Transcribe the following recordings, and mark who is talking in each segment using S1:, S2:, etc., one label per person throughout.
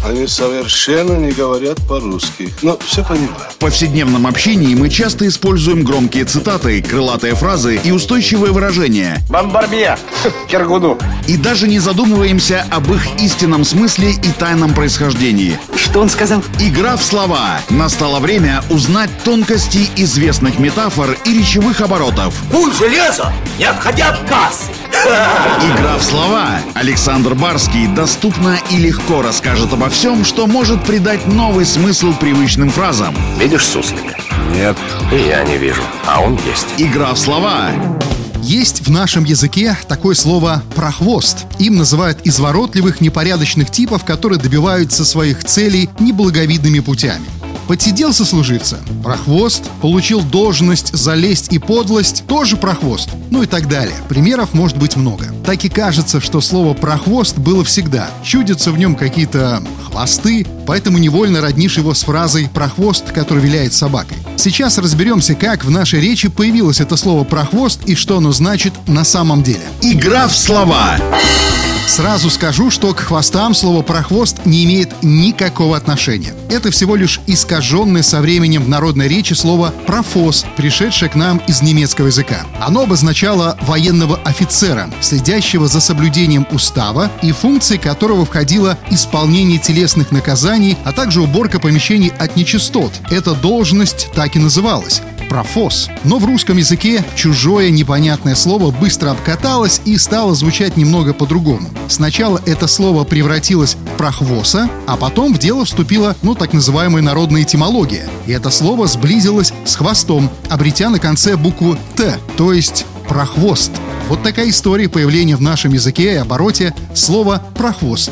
S1: Они совершенно не говорят по-русски, но все понимаю.
S2: В повседневном общении мы часто используем громкие цитаты, крылатые фразы и устойчивые выражения.
S3: Бомбарбье, Киргуду.
S2: И даже не задумываемся об их истинном смысле и тайном происхождении.
S4: Что он сказал?
S2: Игра в слова. Настало время узнать тонкости известных метафор и речевых оборотов.
S5: Куй железо, не отходя от кассы.
S2: Игра в слова. Александр Барский доступно и легко расскажет обо всем, что может придать новый смысл привычным фразам.
S3: Видишь суслика? Нет. И я не вижу, а он есть.
S2: Игра в слова.
S6: Есть в нашем языке такое слово «прохвост». Им называют изворотливых, непорядочных типов, которые добиваются своих целей неблаговидными путями. Подсидел сослуживца – прохвост, получил должность за лесть и подлость – тоже прохвост, ну и так далее. Примеров может быть много. Так и кажется, что слово «прохвост» было всегда. Чудятся в нем какие-то хвосты, поэтому невольно роднишь его с фразой «прохвост, который виляет собакой». Сейчас разберемся, как в нашей речи появилось это слово «прохвост» и что оно значит на самом деле.
S2: Игра в слова.
S6: Сразу скажу, что к хвостам слово «прохвост» не имеет никакого отношения. Это всего лишь искаженное со временем в народной речи слово «профос», пришедшее к нам из немецкого языка. Оно обозначало военного офицера, следящего за соблюдением устава и функции которого входило исполнение телесных наказаний, а также уборка помещений от нечистот. Эта должность так и называлась – профос. Но в русском языке чужое непонятное слово быстро обкаталось и стало звучать немного по-другому. Сначала это слово превратилось в прохвоса, а потом в дело вступила, так называемая народная этимология. И это слово сблизилось с хвостом, обретя на конце букву «т», то есть прохвост. Вот такая история появления в нашем языке и обороте слова «прохвост».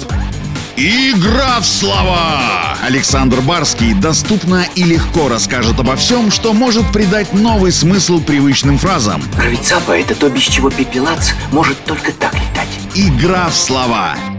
S2: Игра в слова. Александр Барский доступно и легко расскажет обо всем, что может придать новый смысл привычным фразам.
S4: Рыцапа — это то, без чего пепелац может только так летать.
S2: Игра в слова.